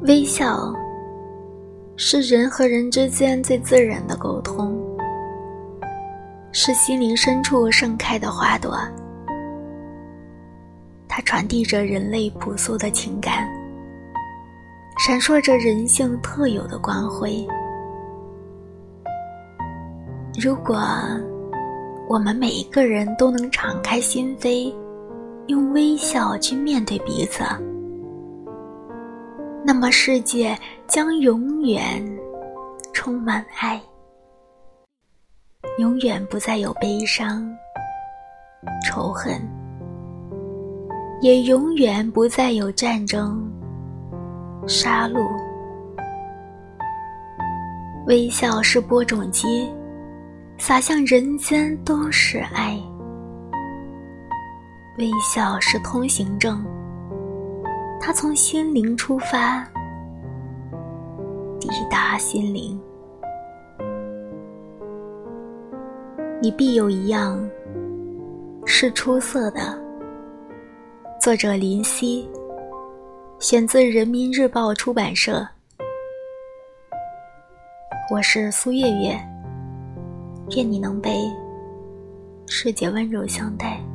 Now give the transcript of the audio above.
微笑是人和人之间最自然的沟通，是心灵深处盛开的花朵，它传递着人类朴素的情感，闪烁着人性特有的光辉。如果我们每一个人都能敞开心扉，用微笑去面对彼此，那么世界将永远充满爱，永远不再有悲伤、仇恨，也永远不再有战争、杀戮。微笑是播种机，洒向人间都是爱。微笑是通行证，它从心灵出发，抵达心灵。你必有一样是出色的。作者林夕，选自人民日报出版社。我是苏月月，愿你能被世界温柔相待。